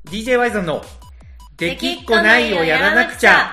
DJ ワイゾンのできっこないをやらなくちゃ。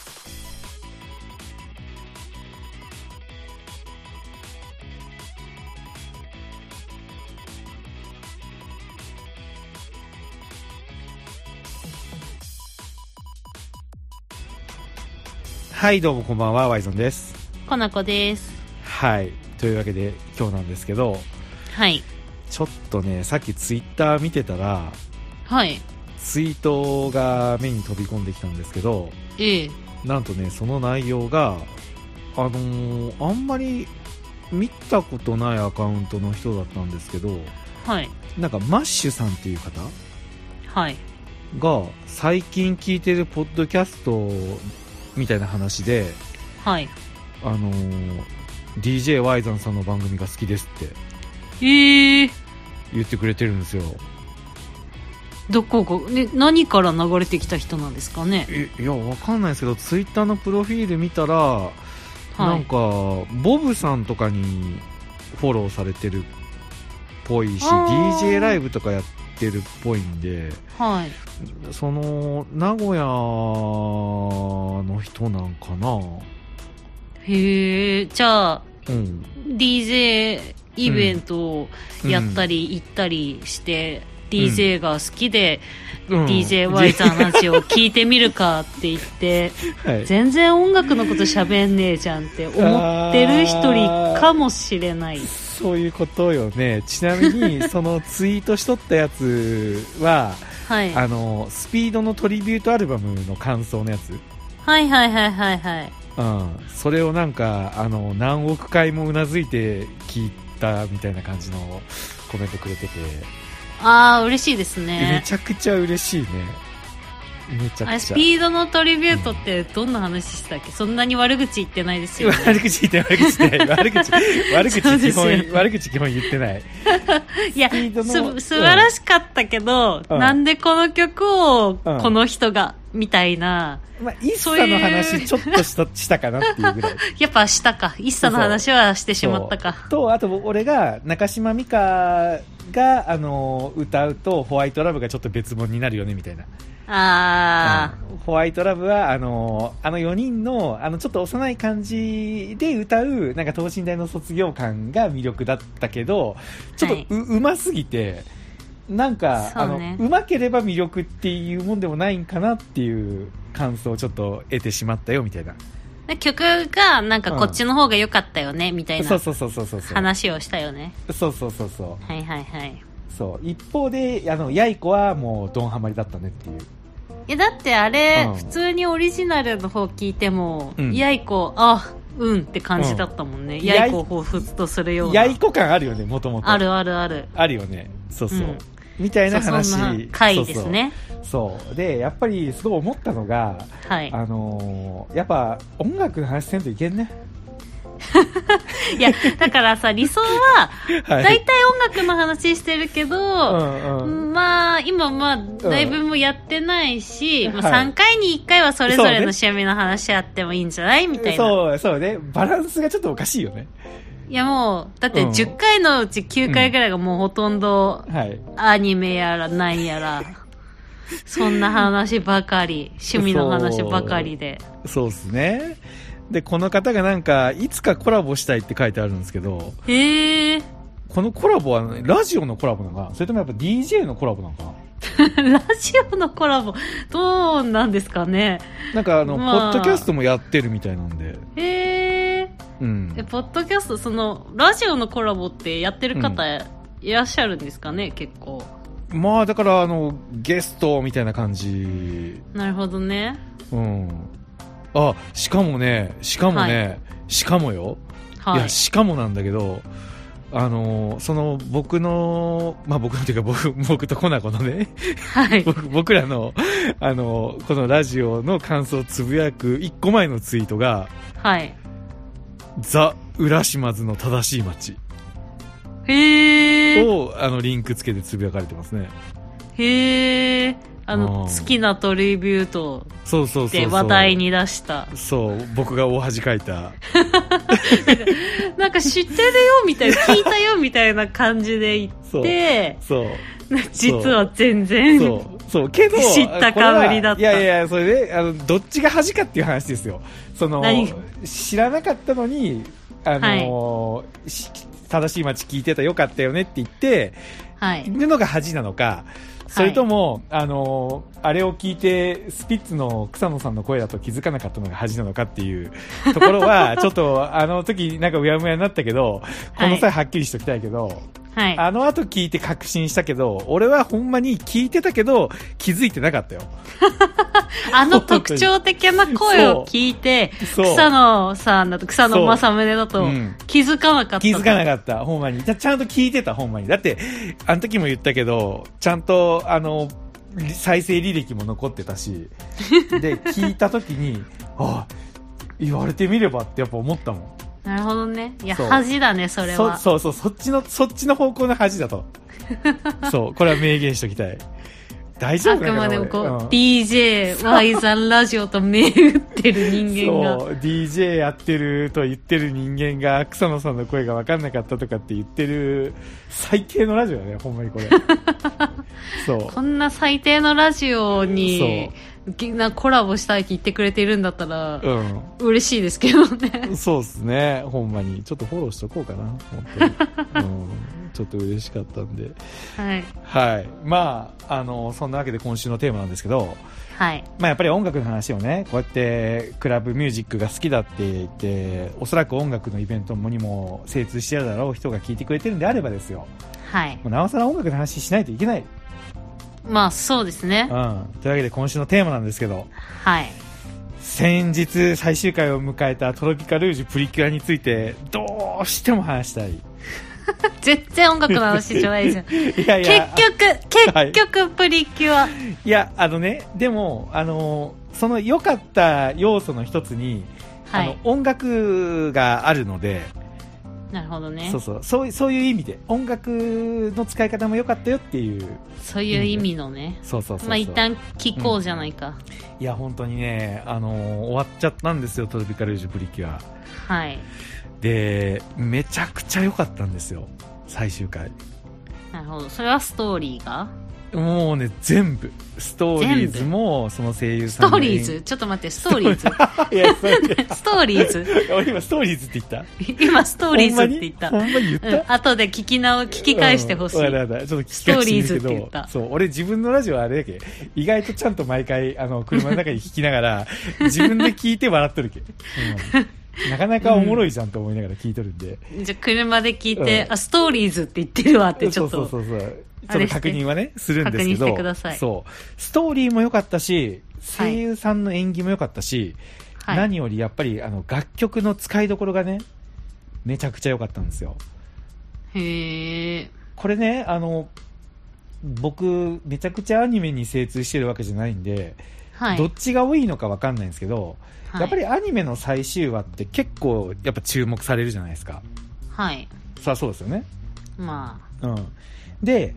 はい、どうもこんばんは、ワイゾンです。 コナコです。 はい、というわけで今日なんですけど、 はい、 ちょっとね、さっきツイッター見てたら、 はい、 ツイートが目に飛び込んできたんですけど、なんとね、その内容があんまり見たことないアカウントの人だったんですけど、 はい、 なんかマッシュさんっていう方、 はい、 が最近聞いてるポッドキャストみたいな話で、 はい、 DJ ワイザンさんの番組が好きですって言ってくれてるんですよ。 どこか、ね、何から流れてきた人なんですかね。 いや、わかんないですけど、ツイッターのプロフィール見たら、なんかボブさんとかにフォローされてるっぽいし、 DJ ライブとかやってるっぽいんで、 はい、 その名古屋の人なんかな。 へえ、じゃあ、DJ イベントをやったり行ったりして、DJ が好きで、DJ ワイザーの話を聞いてみるかって言って、はい、全然音楽のこと喋んねえじゃんって思ってる一人かもしれない。 そういうことよね。ちなみにそのツイートしとったやつは、はい、スピードのトリビュートアルバムの感想のやつ、 はいはいはいはいはい、 それをなんか何億回もうなずいて聞いたみたいな感じのコメントくれてて、 嬉しいですね。 めちゃくちゃ嬉しいね。めちゃくちゃ。 あれ、スピードのトリビュートってどんな話したっけ？そんなに悪口言ってないですよね。 悪口言って悪口基本言ってない。 いや、素晴らしかったけど、なんでこの曲をこの人が、みたいな。 イッサの話ちょっとしたかなっていうぐらい。 やっぱしたか。イッサの話はしてしまったか。 と、あと俺が中島美嘉が歌うとホワイトラブがちょっと別物になるよねみたいな。ホワイトラブは4人のちょっと幼い感じで歌うなんか等身大の卒業感が魅力だったけど、ちょっとうますぎて、なんかうまければ魅力っていうもんでもないんかなっていう感想をちょっと得てしまったよみたいな。 曲がなんかこっちの方が良かったよねみたいな話をしたよね。 そうはいはいはい。 そう、一方でヤイコはもうドンハマりだったねっていう。 いやだってあれ、普通にオリジナルの方聞いても、ヤイコって感じだったもんね。ヤイコを彷彿とするような。 ヤイコ感あるよね、もともと。 あるあるある。 あるよね。そうそう。みたいな話。 そんな回ですね。 そうで、やっぱりすごい思ったのが、はい、やっぱ音楽の話せんといけんね。 いやだからさ、理想は大体音楽の話してるけど、まあ今だいぶもやってないし、3回に1回はそれぞれの趣味の話あってもいいんじゃないみたいな。そうね、バランスがちょっとおかしいよね。いやもうだって10回のうち9回ぐらいがもうほとんどアニメやらなんやら、そんな話ばかり、趣味の話ばかりで。 そうですね。で、この方がなんかいつかコラボしたいって書いてあるんですけど、このコラボはラジオのコラボなのかな、それともやっぱ DJ のコラボなのかな。 ラジオのコラボどうなんですかね。 なんかポッドキャストもやってるみたいなんで。 ポッドキャスト、そのラジオのコラボってやってる方いらっしゃるんですかね、結構。まあだからゲストみたいな感じ。 なるほどね。 しかもよ、いや、しかもなんだけど、その僕のっていうか僕とコナコのね、はい、僕らのこのラジオの感想をつぶやく1個前のツイートが、はい、ザ・浦島津の正しい街をリンクつけてつぶやかれてますね。 好きなトリビュートで話題に出した。 そう、僕が大恥かいた。 なんか知ってるよみたいな、聞いたよみたいな感じで言って、 実は全然そうけど知ったかぶりだった。 いやそれでどっちが恥かっていう話ですよ。知らなかったのにはい、正しい街聞いてたよかったよねって言って、はい、るのが恥なのか、それとも、はい、あれを聞いてスピッツの草野さんの声だと気づかなかったのが恥なのかっていうところはちょっとあの時なんかうやむやになったけど、この際はっきりしときたいけど、はい、あの後聞いて確信したけど、俺はほんまに聞いてたけど気づいてなかったよ。 あの特徴的な声を聞いて、草野さんだと、草野正宗だと気づかなかった。 気づかなかった、ほんまに。ちゃんと聞いてた、ほんまに。だって、あの時も言ったけど、ちゃんと、再生履歴も残ってたし、で、聞いた時に、あ、言われてみればってやっぱ思ったもん。 なるほどね。いや、恥だね、それは。 そっちの方向の恥だと。そう、これは明言しときたい。大丈夫かな。あくまでも DJ、Y さんラジオと銘打ってる人間が。 そう、DJ やってると言ってる人間が、草野さんの声が分かんなかったとかって言ってる、最低のラジオだね、ほんまにこれ。 そう。こんな最低のラジオに、コラボしたいって言ってくれているんだったら、嬉しいですけどね。 そうですね、ほんまに。ちょっとフォローしとこうかな、本当に。ちょっと嬉しかったんで。はい。はい。まあ、そんなわけで今週のテーマなんですけど、はい。まあやっぱり音楽の話をね、こうやってクラブミュージックが好きだって言って、おそらく音楽のイベントにも精通してるだろう人が聞いてくれてるんであればですよ。はい。もうなおさら音楽の話しないといけない。 まあそうですね。 うん。というわけで今週のテーマなんですけど、はい。先日最終回を迎えたトロピカルージュプリキュアについてどうしても話したい。 全然音楽の話じゃないじゃん。いやいや結局プリキュア。 いや、でも、その良かった要素の一つに、はい、音楽があるので、 なるほどね。 そういう意味で、音楽の使い方も良かったよっていう。 そういう意味のね。そう。まあ一旦聞こうじゃないか。 いや、本当にね、終わっちゃったんですよ、トロピカルージュプリキュア。はい。で、めちゃくちゃ良かったんですよ、最終回。 なるほど。それはストーリーがもうね、全部。ストーリーズも、その声優さんの。 ストーリーズちょっと待って、ストーリーズいや、ストーリーズ俺今ストーリーズって言った今ストーリーズって言った。 ほんまに言った、 後で聞き返してほしい。ちょっと聞き返してるけど、そう、俺自分のラジオあれだけ、意外とちゃんと毎回、車の中に聞きながら、自分で聞いて笑っとるけ。なかなかおもろいじゃんと思いながら聞いとるんで。 じゃあ車で聞いて、ストーリーズって言ってるわってちょっと。 そう。ちょっと確認はね、するんですけど。 確認してください。 そう。ストーリーも良かったし、声優さんの演技も良かったし、はい、何よりやっぱり楽曲の使いどころがね、めちゃくちゃ良かったんですよ。へー。これね、僕、めちゃくちゃアニメに精通してるわけじゃないんで、はい、どっちが多いのか分かんないんですけど、はい、やっぱりアニメの最終話って結構やっぱ注目されるじゃないですか。はい。そうですよね。まあ。うん。で、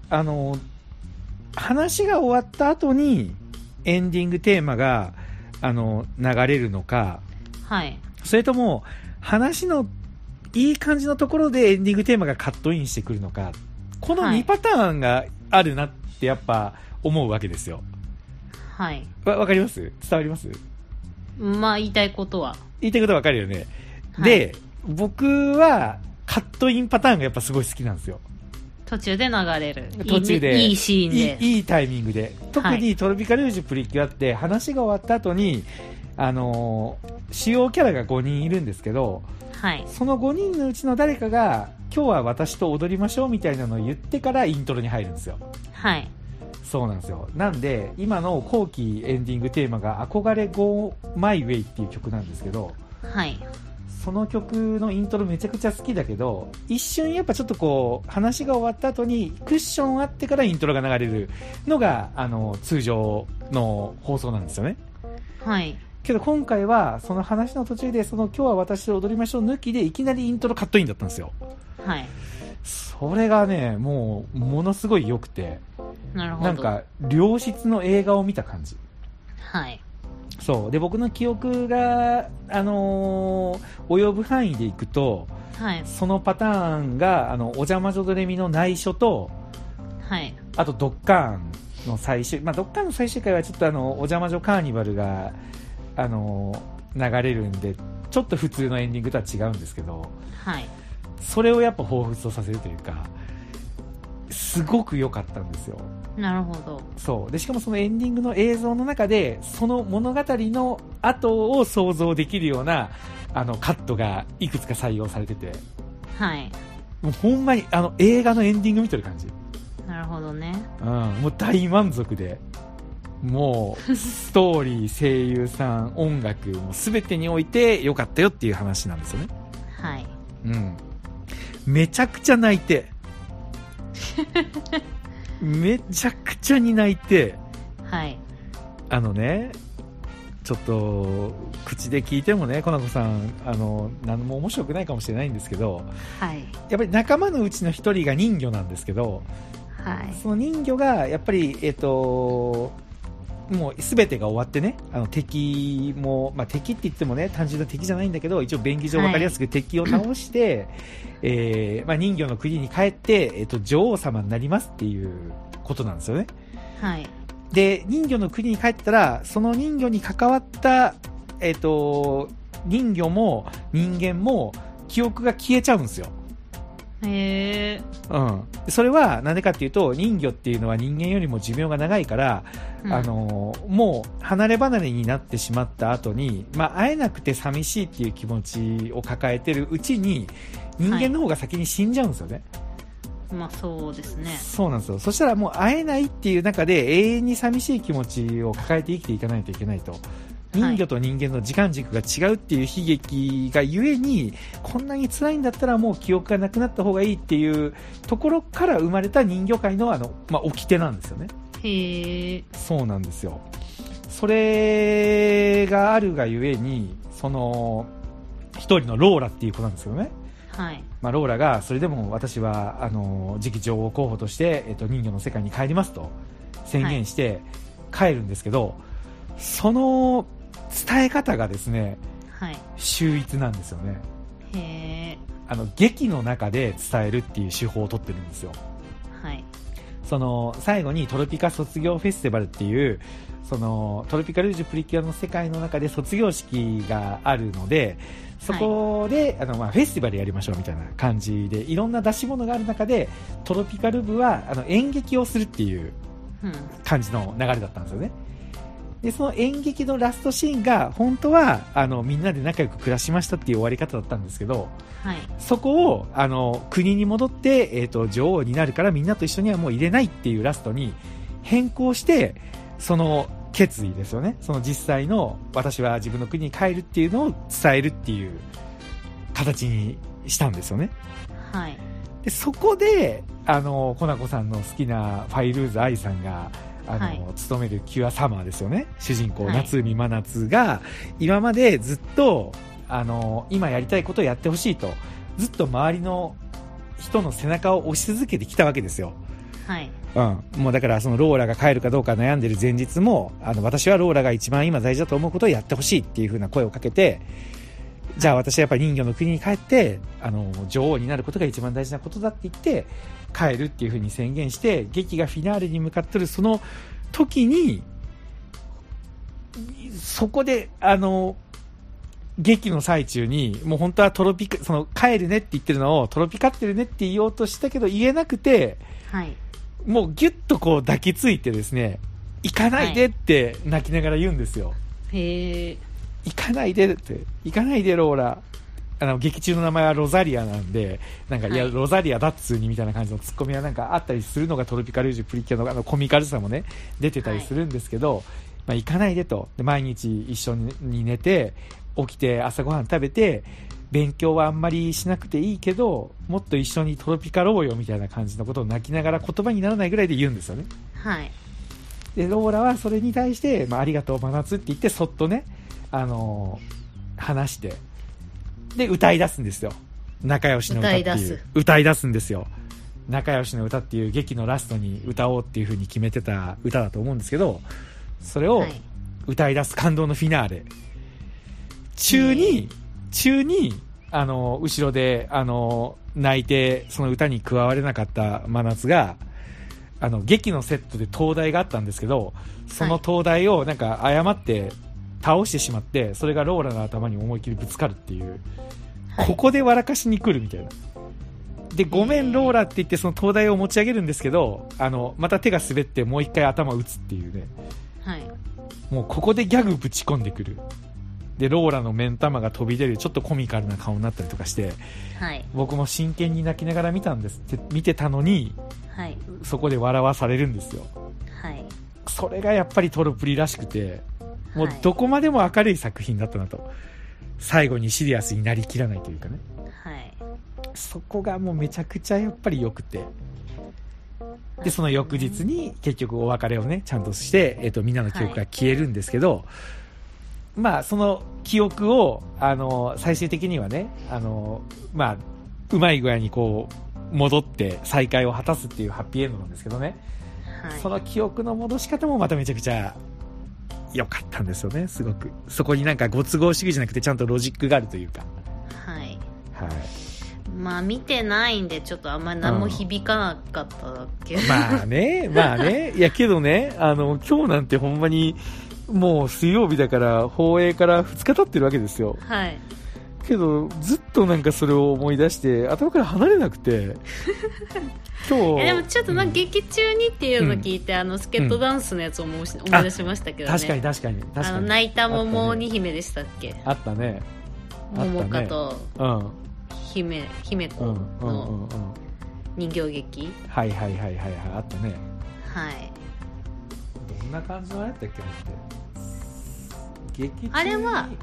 話が終わった後にエンディングテーマが、流れるのか、はい。それとも、話のいい感じのところでエンディングテーマがカットインしてくるのか、この2パターンがあるなってやっぱ思うわけですよ。はい。わかります？伝わります？ まあ、言いたいことはわかるよね。はい、で、僕はカットインパターンがやっぱすごい好きなんですよ。 途中で流れる。 途中で。 いいシーンで。 いいタイミングで。特にトロピカルージュプリキュアって話が終わった後に、主要キャラが5人いるんですけど、はい、その5人のうちの誰かが、今日は私と踊りましょうみたいなのを言ってからイントロに入るんですよ。はい。そうなんですよ。なんで、今の後期エンディングテーマが憧れ Go My Way っていう曲なんですけど、はい。その曲のイントロめちゃくちゃ好きだけど、一瞬やっぱちょっとこう、話が終わった後にクッションあってからイントロが流れるのが、通常の放送なんですよね。はい。けど今回は、その話の途中で、今日は私と踊りましょう抜きでいきなりイントロカットインだったんですよ。はい。それがね、もう、ものすごい良くて、なるほど。なんか、良質の映画を見た感じ。はい。そう。で、僕の記憶が、及ぶ範囲でいくと、はい。そのパターンが、お邪魔女ドレミの内緒と、 はい、 あとドッカーンの最終、ドッカーンの最終回はちょっとお邪魔女カーニバルが流れるんでちょっと普通のエンディングとは違うんですけど、 はい、 それをやっぱ彷彿とさせるというかすごく良かったんですよ。 なるほど。 そうでしかもそのエンディングの映像の中でその物語の後を想像できるようなカットがいくつか採用されてて、 はい、 もうほんまに映画のエンディング見てる感じ。 なるほどね。 もう大満足で、もうストーリー、声優さん、音楽もう全てにおいて良かったよっていう話なんですよね。 はい。 めちゃくちゃ泣いてめちゃくちゃに泣いて、 はい。 ちょっと口で聞いてもね、コナコさん何も面白くないかもしれないんですけど、 はい、 やっぱり仲間のうちの一人が人魚なんですけど、 はい、 その人魚がやっぱりもう全てが終わってね、敵も、敵って言ってもね単純な敵じゃないんだけど、一応便宜上分かりやすく敵を倒して、人魚の国に帰って、女王様になりますっていうことなんですよね。 はい。 で人魚の国に帰ったらその人魚に関わった、人魚も人間も記憶が消えちゃうんですよ。 へー。それはなんでかっていうと、人魚っていうのは人間よりも寿命が長いから、もう離れ離れになってしまった後に、会えなくて寂しいっていう気持ちを抱えてるうちに人間の方が先に死んじゃうんですよね。 そうですね。 そうなんですよ。そしたらもう会えないっていう中で永遠に寂しい気持ちを抱えて生きていかないといけないと。人魚と人間の時間軸が違うっていう悲劇がゆえに、こんなに辛いんだったらもう記憶がなくなった方がいいっていうところから生まれた人魚界の掟なんですよね。 へー。 そうなんですよ。それがあるがゆえに、その一人のローラっていう子なんですよね。 はい。 ローラがそれでも私は次期女王候補として、人魚の世界に帰りますと宣言して帰るんですけど、その伝え方がですね、 はい、 秀逸なんですよね。 へー。 劇の中で伝えるっていう手法を取ってるんですよ。 はい。 その最後にトロピカ卒業フェスティバルっていうそのトロピカルージュプリキュアの世界の中で卒業式があるので、そこで、フェスティバルやりましょうみたいな感じでいろんな出し物がある中で、トロピカル部は演劇をするっていう感じの流れだったんですよね。でその演劇のラストシーンが本当はみんなで仲良く暮らしましたっていう終わり方だったんですけど、 はい、 そこを国に戻って、女王になるからみんなと一緒にはもう入れないっていうラストに変更して、その決意ですよね、その実際の私は自分の国に帰るっていうのを伝えるっていう形にしたんですよね。 はい。 でそこでコナコさんの好きなファイルーズ愛さんが務めるキュアサマーですよね、主人公、夏海真夏が今までずっと今やりたいことをやってほしいとずっと周りの人の背中を押し続けてきたわけですよ。 はい。 もうだからそのローラが帰るかどうか悩んでる前日も私はローラが一番今大事だと思うことをやってほしいっていう風な声をかけて、じゃあ私はやっぱり人魚の国に帰って女王になることが一番大事なことだって言って帰るっていう風に宣言して、劇がフィナーレに向かってるその時に、そこで劇の最中にもう本当はその帰るねって言ってるのをトロピカってるねって言おうとしたけど言えなくて、 はい、 もうギュッとこう抱きついてですね、行かないでって泣きながら言うんですよ。 へー。 行かないでって、行かないでローラ、劇中の名前はロザリアなんで、なんか、いやロザリアだっつーにみたいな感じのツッコミはなんかあったりするのがトロピカルージュプリキュアのコミカルさもね出てたりするんですけど、行かないでと。で毎日一緒に寝て起きて朝ごはん食べて、勉強はあんまりしなくていいけどもっと一緒にトロピカろうよみたいな感じのことを泣きながら言葉にならないぐらいで言うんですよね。 はい。 でローラはそれに対して、ありがとう真夏って言ってそっとね話してで歌い出すんですよ。仲良しの歌っていう歌い出すんですよ。仲良しの歌っていう劇のラストに歌おうっていう風に決めてた歌だと思うんですけど、それを歌い出す感動のフィナーレ中に後ろで泣いてその歌に加われなかった真夏が劇のセットで灯台があったんですけど、その灯台をなんか誤って倒してしまって、それがローラの頭に思いっきりぶつかるっていう、はい、ここで笑かしに来るみたいな。で、ごめんローラって言ってその灯台を持ち上げるんですけど、また手が滑ってもう一回頭打つっていうね、はい、もうここでギャグぶち込んでくる。でローラの目ん玉が飛び出るちょっとコミカルな顔になったりとかして、はい、僕も真剣に泣きながら見てたのに、はい、そこで笑わされるんですよ、はい、それがやっぱりトロプリらしくて、もうどこまでも明るい作品だったなと、最後にシリアスになりきらないというかね、はい、そこがもうめちゃくちゃやっぱり良くて、でその翌日に結局お別れをねちゃんとして、みんなの記憶が消えるんですけど、はい、まあその記憶を最終的にはねまあうまい具合にこう戻って再会を果たすっていうハッピーエンドなんですけどね、はい、その記憶の戻し方もまためちゃくちゃ良かったんですよね。すごくそこになんかご都合主義じゃなくてちゃんとロジックがあるというか、はいはい、 まあ見てないんでちょっとあんまり何も響かなかったけど、 まあねまあねいやけどね今日なんてほんまにもう水曜日だから放映から2日経ってるわけですよ。はい。けどずっとなんかそれを思い出して頭から離れなくて今日でもちょっとなんか劇中にっていうのを聞いて、スケートダンスのやつを思い出しましたけどね。 確かに泣いた桃に姫でしたっけ。 あったね。 桃香と姫子の人形劇、 はいはいはいはいはいあったね。 はい。 どんな感じのやったっけなって劇中にあれ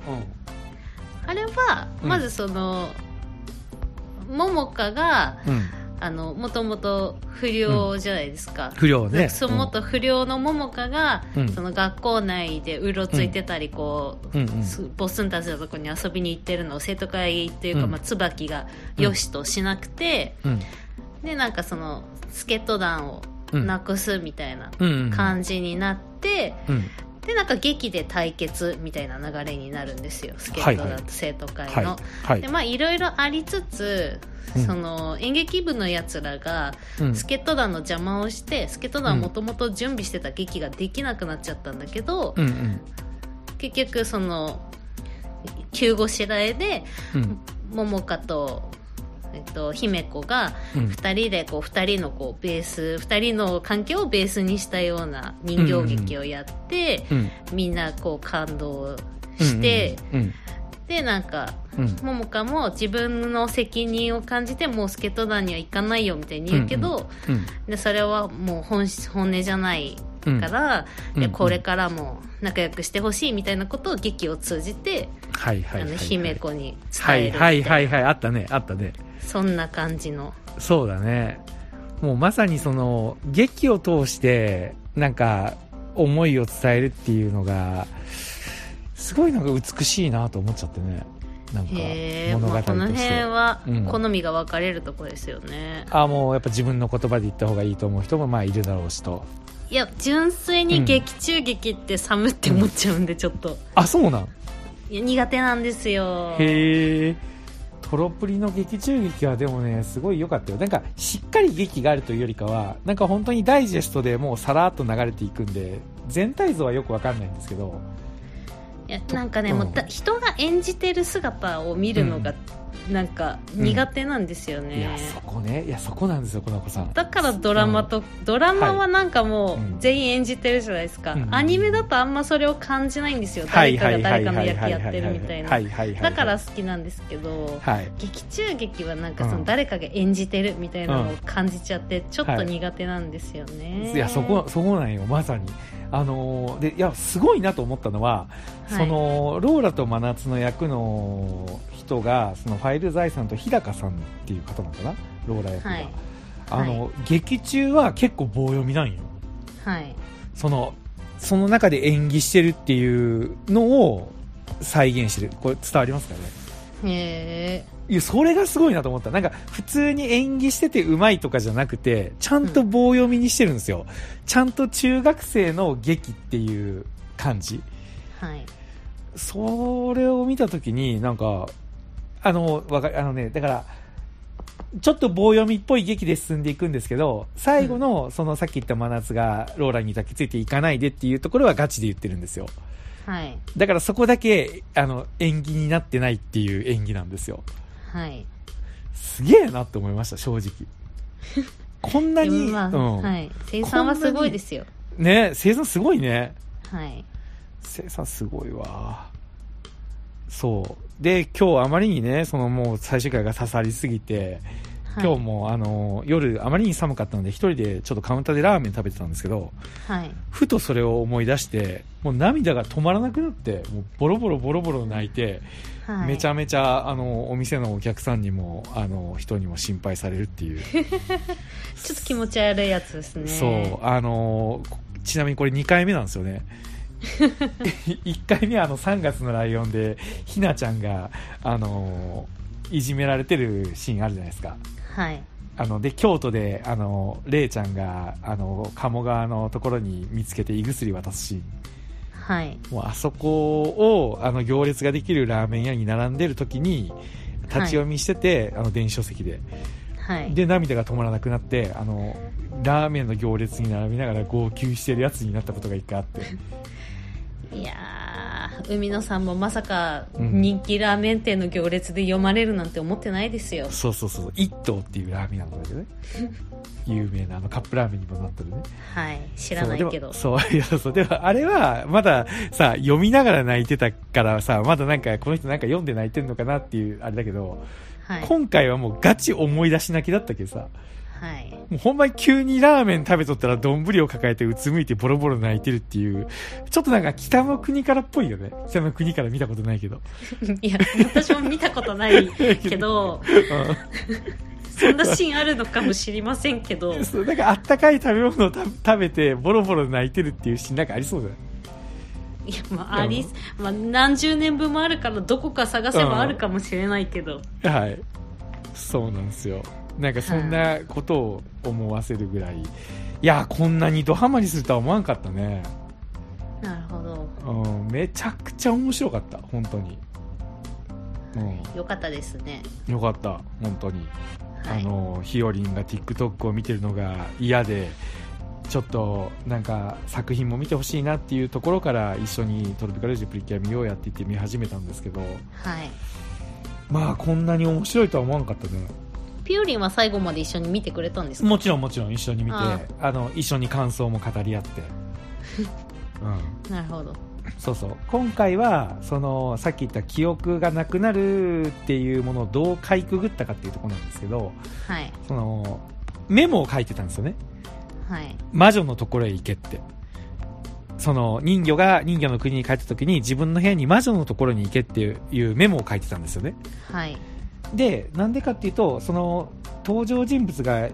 は、まずその桃香が、もともと不良じゃないですか、 不良ね。 その元不良の桃香が、その学校内でうろついてたりこう、ボスンたちのとこに遊びに行ってるのを生徒会っていうか、まあ、椿がよしとしなくて、でなんかその助っ人団をなくすみたいな感じになって、でなんか劇で対決みたいな流れになるんですよ、助っ人団と生徒会の。でまあいろいろありつつ、その演劇部のやつらが助っ人団の邪魔をして、助っ人団もともと準備してた劇ができなくなっちゃったんだけど、結局その急ごしらえで、桃香と姫子が2人でこう2人のこうベース2人の関係をベースにしたような人形劇をやって、みんなこう感動して、でなんか、桃香も自分の責任を感じてもう助っ人団には行かないよみたいに言うけど、でそれはもう本音じゃないから、でこれからも仲良くしてほしいみたいなことを劇を通じて姫子に伝えるみたいな。 あったねあったね。 そんな感じの。 そうだね。もうまさにその劇を通してなんか思いを伝えるっていうのがすごいなんか美しいなと思っちゃってね。なんか物語として、 この辺は好みが分かれるところですよね。 もうやっぱ自分の言葉で言った方がいいと思う人もまあいるだろうしと。 いや純粋に劇中劇って寒って思っちゃうんでちょっと、 そうなん。 いや苦手なんですよ。 へえ。トロプリの劇中劇はでもねすごい良かったよ。なんかしっかり劇があるというよりかはなんか本当にダイジェストでもうさらっと流れていくんで全体像はよくわかんないんですけど、 いやなんかね、もう人が演じてる姿を見るのがなんか苦手なんですよね、 いやそこなんですよ、この子さん。 だからドラマはなんかもう全員演じてるじゃないですか、アニメだとあんまそれを感じないんですよ、誰かが誰かの役やってるみたいな。だから好きなんですけど、劇中劇はなんかその誰かが演じてるみたいなのを感じちゃってちょっと苦手なんですよね、 いやそこなんよ、まさに。でいやすごいなと思ったのは、そのローラと真夏の役の人がそのファイル財産と日高さんっていう方なのかな、ローラ役が、劇中は結構棒読みなんよ、その中で演技してるっていうのを再現してる。これ伝わりますかね。いやそれがすごいなと思った。なんか普通に演技しててうまいとかじゃなくてちゃんと棒読みにしてるんですよ、ちゃんと中学生の劇っていう感じ、それを見たときになんかだからちょっと棒読みっぽい劇で進んでいくんですけど、最後のそのさっき言った真夏がローラに抱きついていかないでっていうところはガチで言ってるんですよ。 はい。 だからそこだけ演技になってないっていう演技なんですよ。 はい。 すげえなって思いました、正直。こんなに、 まあ、はい。生産はすごいですよ。 ね、生産すごいね。 はい。 生産すごいわ。そう。で、今日あまりにね、そのもう最終回が刺さりすぎて、はい、今日も夜あまりに寒かったので一人でちょっとカウンターでラーメン食べてたんですけど、 はい、 ふとそれを思い出してもう涙が止まらなくなってもうボロボロ泣いて、はい、めちゃめちゃお店のお客さんにも人にも心配されるっていうちょっと気持ち悪いやつですね。 そうちなみにこれ2回目なんですよね。1回目は3月のライオンでひなちゃんがいじめられてるシーンあるじゃないですか。 はい。 で京都でレイちゃんが鴨川のところに見つけて胃薬渡すシーン。 はい。 もうあそこを行列ができるラーメン屋に並んでる時に立ち読みしてて、はい、電子書籍で。 はい。 で涙が止まらなくなってラーメンの行列に並びながら号泣してるやつになったことが一回あって。 いやー、海野さんもまさか人気ラーメン店の行列で読まれるなんて思ってないですよ。 そう一頭っていうラーメンなんだけどね。有名なカップラーメンにもなってるね。 はい、知らないけど。 そうでもあれはまださ読みながら泣いてたからさ、まだなんかこの人なんか読んで泣いてるのかなっていうあれだけど、はい、今回はもうガチ思い出し泣きだったけどさ。 はい、 もうほんまに急にラーメン食べとったら丼を抱えてうつむいてボロボロ泣いてるっていう、ちょっとなんか北の国からっぽいよね。北の国から見たことないけど。 いや、私も見たことないけど、そんなシーンあるのかもしれませんけど。 そう、なんかあったかい食べ物を食べてボロボロ泣いてるっていうシーンなんかありそうだよね。 いや、まあ、何十年分もあるからどこか探せばあるかもしれないけど。 はい。そうなんですよ。なんかそんなことを思わせるぐらい、いやこんなにドハマりするとは思わんかったね。 なるほど。 めちゃくちゃ面白かった本当に。 よかったですね。 よかった本当に。はい、ひよりんが TikTok を見てるのが嫌で、ちょっとなんか作品も見てほしいなっていうところから一緒にトロピカルジュプリキュア見ようやって言って見始めたんですけど、はい、まあこんなに面白いとは思わんかったね。 ピヨリンは最後まで一緒に見てくれたんですか？ もちろん一緒に見て、一緒に感想も語り合って、 なるほど。 そう今回はさっき言った記憶がなくなるっていうものをどうかいくぐったかっていうところなんですけど、 はい、 メモを書いてたんですよね。 はい、 魔女のところへ行けって。人魚の国に帰った時に自分の部屋に魔女のところに行けっていうメモを書いてたんですよね。 はい。 で、なんでかっていうと、登場人物が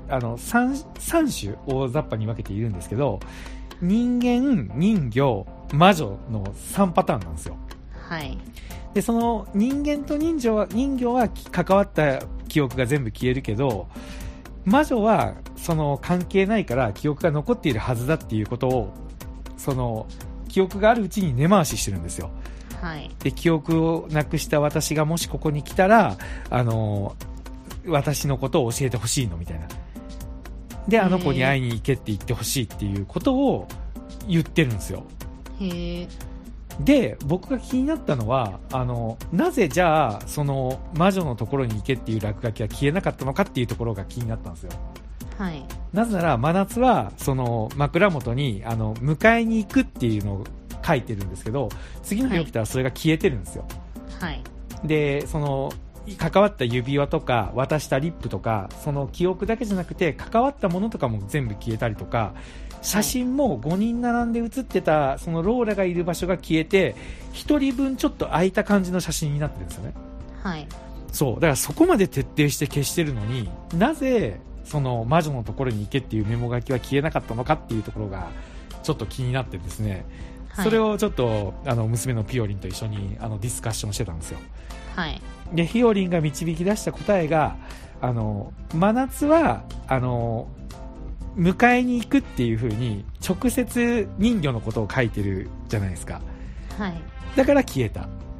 3種大雑把に分けているんですけど、人間、人魚、魔女の3パターンなんですよ。 はい。 で、人間と人魚は関わった記憶が全部消えるけど、魔女は関係ないから記憶が残っているはずだっていうことを、記憶があるうちに根回ししてるんですよ。 はい、 で記憶をなくした私がもしここに来たら私のことを教えてほしいのみたいな。であの子に会いに行けって言ってほしいっていうことを言ってるんですよ。 へで僕が気になったのはなぜじゃあ魔女のところに行けっていう落書きは消えなかったのかっていうところが気になったんですよ。 はい、 なぜなら真夏は枕元に迎えに行くっていうのを書いてるんですけど、次の日起きたらそれが消えてるんですよ。 はい。 で関わった指輪とか渡したリップとか記憶だけじゃなくて関わったものとかも全部消えたりとか、写真も5人並んで写ってたローラがいる場所が消えて1人分ちょっと空いた感じの写真になってるんですよね。 はい。 そうだからそこまで徹底して消してるのになぜ魔女のところに行けっていうメモ書きは消えなかったのかっていうところがちょっと気になってですね、はい、それをちょっと娘のピヨリンと一緒にディスカッションしてたんですよ。 はい。 でヒヨリンが導き出した答えが真夏は迎えに行くっていう風に直接人魚のことを書いてるじゃないですか。 はい。 だから消えた。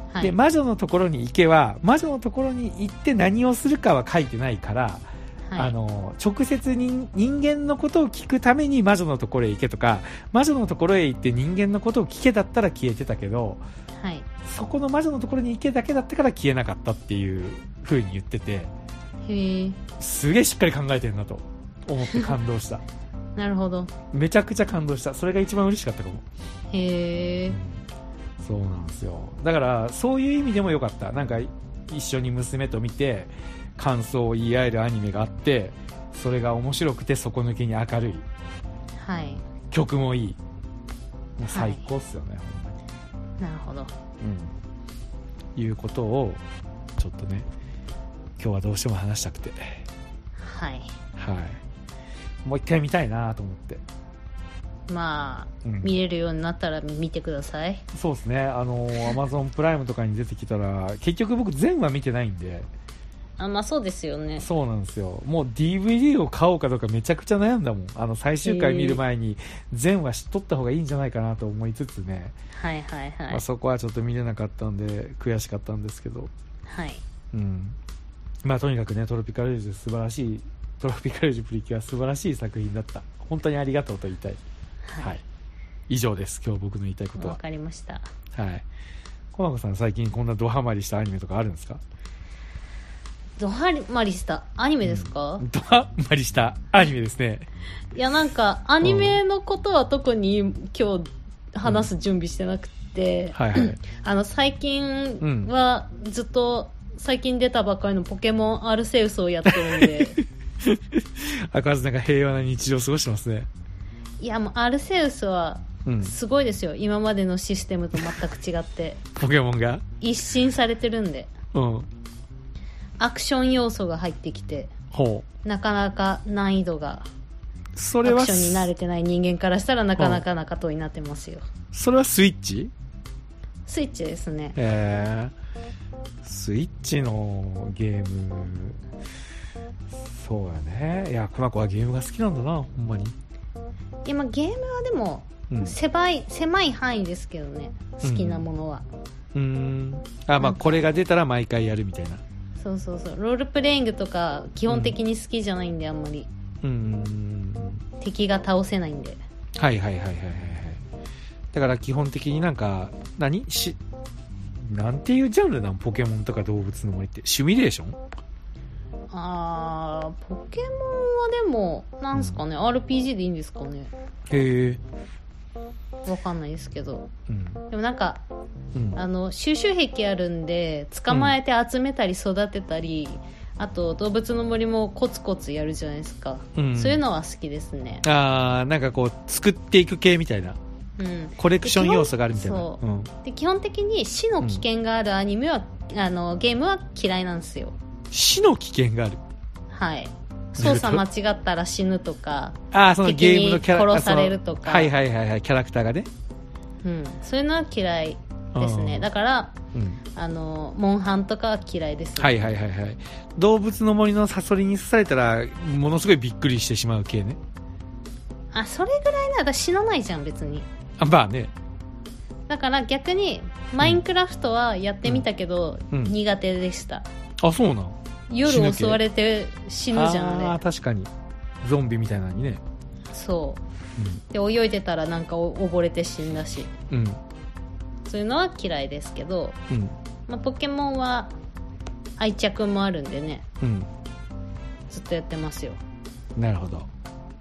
はい、 で魔女のところに行けは魔女のところに行って何をするかは書いてないから、はい、直接に人間のことを聞くために魔女のところへ行けとか魔女のところへ行って人間のことを聞けだったら消えてたけど、 はい、 そこの魔女のところに行けだけだったから消えなかったっていう風に言ってて、すげえしっかり考えてるなと思って感動したなるほど、 めちゃくちゃ感動した。それが一番嬉しかったかも。 へえ、 そうなんですよ。だからそういう意味でもよかった。なんか一緒に娘と見て感想を言い合えるアニメがあって、それが面白くて底抜けに明るい、 はい、 曲もいい、もう最高っすよね、はい、ほんまに。なるほど、 いうことをちょっとね今日はどうしても話したくて、 はいはい、もう一回見たいなと思って。 まあ、見れるようになったら見てください。 そうですね。Amazon プライムとかに出てきたら結局僕全話見てないんで。 まあそうですよね。 そうなんですよ。もう DVD を買おうかどうかめちゃくちゃ悩んだもん。最終回見る前に全話撮った方がいいんじゃないかなと思いつつね。 はいはいはい。 まあ、そこはちょっと見れなかったんで悔しかったんですけど。 はい。 まあとにかくね、トロピカルジュ素晴らしい、トロピカルジュプリキュア素晴らしい作品だった。本当にありがとうと言いたい。はい。以上です。今日僕の言いたいことは。 わかりました。 はい。小中さん最近こんなドハマりしたアニメとかあるんですか？ ドハマりしたアニメですか？ ドハマりしたアニメですね。 いやなんかアニメのことは特に今日話す準備してなくて、 はいはい、 最近はずっと最近出たばっかりのポケモンアルセウスをやってるんで赤ずなんか平和な日常を過ごしてますね。 いやもうアルセウスはすごいですよ、今までのシステムと全く違ってポケモンが一新されてるんで、アクション要素が入ってきて、なかなか難易度がそれはアクションに慣れてない人間からしたらなかなかなかとになってますよ。 それはスイッチ？ スイッチですね。 スイッチのゲーム、そうやね。いやこの子はゲームが好きなんだな、ほんまに。 今ゲームはでも、狭い範囲ですけどね、好きなものは。 まあこれが出たら毎回やるみたいな。 そうそうそう、ロールプレイングとか基本的に好きじゃないんで、あんまり敵が倒せないんで。 はいはいはいはいはい。だから基本的になんかなんていうジャンルなん？ポケモンとか動物の森ってシミュレーション？ ポケモンはでもなんすかね、RPG でいいんですかね。 へえ。 わかんないですけど、でもなんか、収集癖あるんで捕まえて集めたり育てたり、あと動物の森もコツコツやるじゃないですか、そういうのは好きですね。 なんかこう作っていく系みたいな、コレクション要素があるみたいな。 で基本的に死の危険があるアニメは、ゲームは嫌いなんですよ。 死の危険がある？ はい。操作間違ったら死ぬとか、 そのゲームのキャラ殺されるとか、 はいはいはいはい、キャラクターがね、 そういうのは嫌いですね。だから、モンハンとかは嫌いです、ね。 はいはいはいはい。動物の森のサソリに刺されたらものすごいびっくりしてしまう系ね。 それぐらいなら死なないじゃん別に。 まあね。 だから逆にマインクラフトはやってみたけど、苦手でした。 そうなん？ 夜襲われて死ぬじゃんね。 確かにゾンビみたいなのにね。 そう、で泳いでたらなんか溺れて死んだし、そういうのは嫌いですけど、ポケモンは愛着もあるんでね、ずっとやってますよ。 なるほど。はい。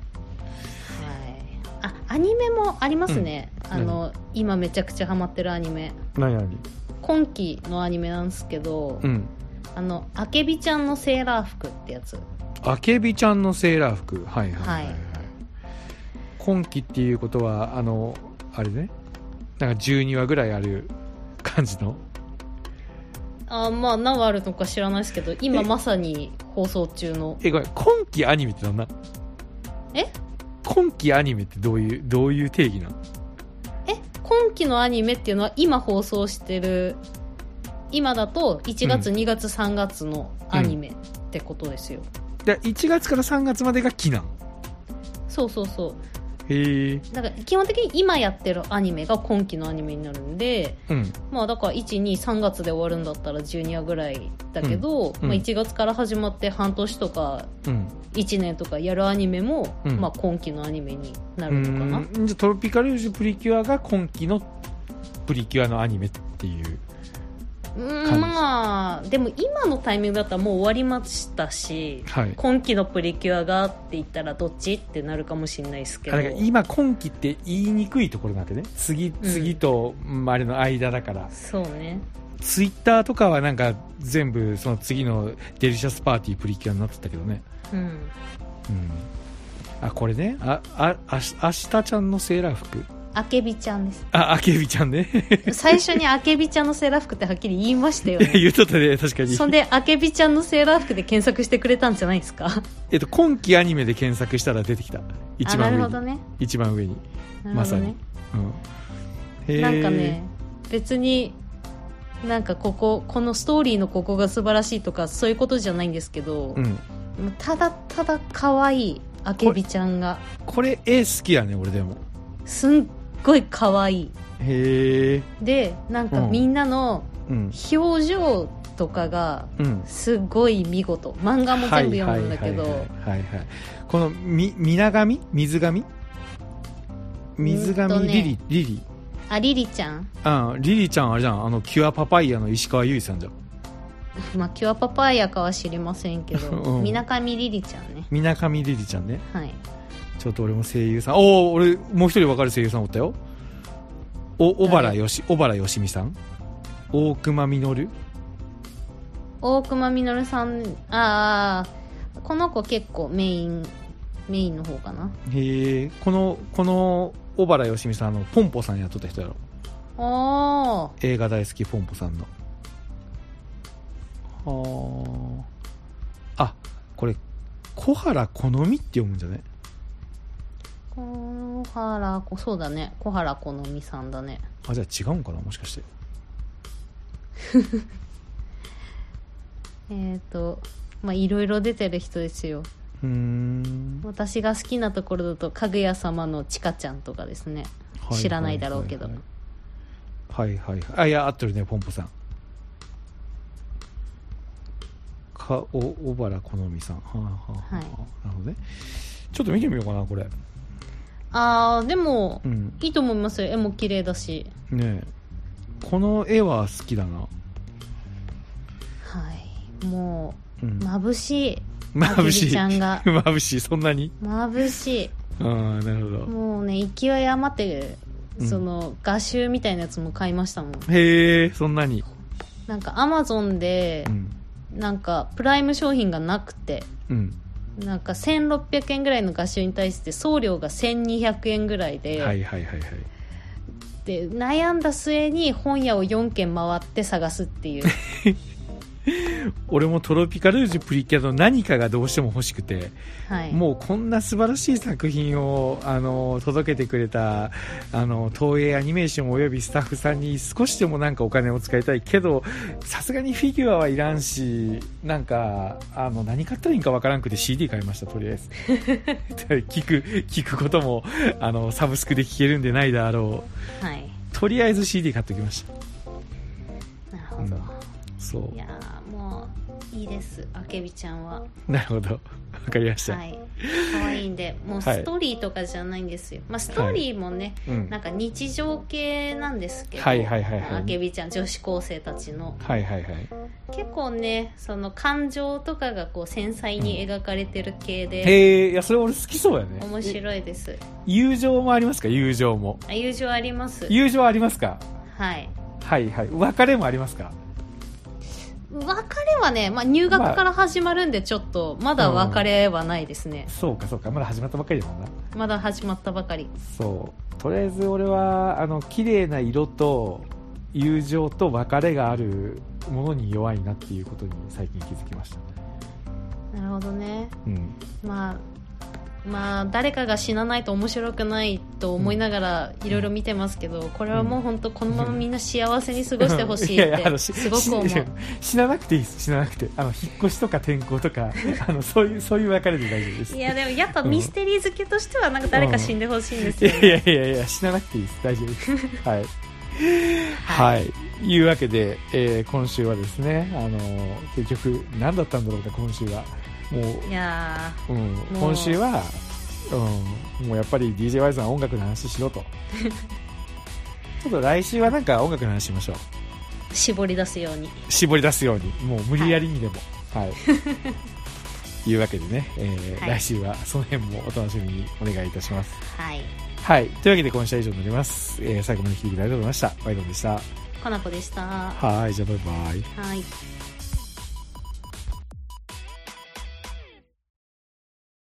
アニメもありますね、今めちゃくちゃハマってるアニメ。 何？ 今期のアニメなんですけど、あけびちゃんのセーラー服ってやつ。 あけびちゃんのセーラー服、はいはいはい、はい。今期っていうことはあれね、なんか12話ぐらいある感じの。 まあ何話あるのか知らないですけど、今まさに放送中の。 これ今期アニメってなんだ？今期アニメってどういう定義なの？ 今期のアニメっていうのは今放送してる、今だと1月、2月、3月のアニメってことですよ。 で1月から3月までが期なん？ そうそうそう。 だから基本的に今やってるアニメが今期のアニメになるんで、まあだから1、2、3月で終わるんだったら12話ぐらいだけど、まあ1月から始まって半年とか1年とかやるアニメも、まあ今期のアニメになるのかな。 じゃあトロピカルジュプリキュアが今期のプリキュアのアニメっていうまあでも今のタイミングだったらもう終わりましたし、今期のプリキュアがって言ったらどっちってなるかもしれないですけど、 今今期って言いにくいところなんでね、次とあれの間だから、 そうね。 ツイッターとかはなんか全部その次のデリシャスパーティープリキュアになってたけどね。あ、これね、明日ちゃんのセーラー服、 あけびちゃんです。 あけびちゃんね。 最初にあけびちゃんのセーラー服ってはっきり言いましたよね。 言っとったね、確かに。 そんであけびちゃんのセーラー服で検索してくれたんじゃないですか。 今期アニメで検索したら出てきた。一番上に。 なるほどね。 一番上に。まさに。 なんかね、別になんかこのストーリーのここが素晴らしいとかそういうことじゃないんですけど、ただただ可愛いあけびちゃんが。 これ絵好きやね、俺でも。 すんごい可愛い。でなんかみんなの表情とかがすごい見事、漫画も全部読むんだけど、 この水上リリあ、リリちゃん、 リリちゃんあれじゃん、キュアパパイヤの石川由依さんじゃん。 まあキュアパパイヤかは知りませんけど、水上リリちゃんね。 水上リリちゃんね。 はい。 ちょっと俺も声優さん、俺もう一人分かる声優さんおったよ。小原よしみさん、大熊実さん、この子結構メインの方かな。 この小原よしみさん、ポンポさんやっとった人やろ。映画大好きポンポさんの。これ小原好みって読むんじゃね。 そうだね、小原好みさんだね。 じゃあ違うんかな、もしかして。 まあいろいろ出てる人ですよ。私が好きなところだとかぐや様のちかちゃんとかですね。知らないだろうけど。いや合ってるね、ポンポさん。小原好みさん。なるほどね。ちょっと見てみようかな、これ。でも、いいと思いますよ。絵も綺麗だしね。この絵は好きだな。 もう眩しい。 眩しい。 ちゃんが眩しい。そんなに眩しい。 なるほど。 もうね、勢い余ってその画集みたいなやつも買いましたもん。 そんなに。 なんかアマゾンで、なんかプライム商品がなくて、なんか1600円ぐらいの画集に対して送料が1200円ぐらいで、で悩んだ末に本屋を4軒回って探すっていう。 俺もトロピカルージュプリキュアの何かがどうしても欲しくて、もうこんな素晴らしい作品を届けてくれた東映アニメーションおよびスタッフさんに少しでもなんかお金を使いたいけど、さすがにフィギュアはいらんし、なんか何買ったらいいんかわからんくて CD 買いました。とりあえず聞くこともサブスクで聞けるんでないだろう、とりあえず CD 買っておきました。 なるほど。 そう。 いやもういいです、あけびちゃんは。 なるほど、わかりました。 可愛いんで、もうストーリーとかじゃないんですよ。まあストーリーもね、なんか日常系なんですけど、あけびちゃん女子高生たちの、結構ね、その感情とかがこう繊細に描かれてる系で、 いやそれ俺好きそうやね。 面白いです。 友情もありますか？友情も。 友情あります。 友情ありますか？ はい別れもありますか？ 別れはね、まあ、入学から始まるんでちょっとまだ別れはないですね。 そうかまだ始まったばかりだもんな。 まだ始まったばかり。 そうとりあえず俺は綺麗な色と友情と別れがあるものに弱いなっていうことに最近気づきました。 なるほどね。まあまあ誰かが死なないと面白くないと思いながらいろいろ見てますけど、これはもう本当このままみんな幸せに過ごしてほしいってすごく思う。 死ななくていいです。死ななくて、引っ越しとか転校とかそういう別れで大丈夫です。 いやでもやっぱミステリー好きとしてはなんか誰か死んでほしいんですよね。 いや死ななくていいです。大丈夫ですはいはい、いうわけで、今週はですね、結局何だったんだろうか。今週はもう、いや、今週は、もうやっぱり DJ ワイズは音楽の話しろとちょっと来週はなんか音楽の話しましょう。 絞り出すようにもう無理やりにでもはい、いうわけでね、来週はその辺もお楽しみにお願いいたします。はい、というわけで今週は以上になります。最後まで聞いていただきありがとうございました。ワイドンでした。 かなこでした。 はい、じゃあバイバイ。 はい。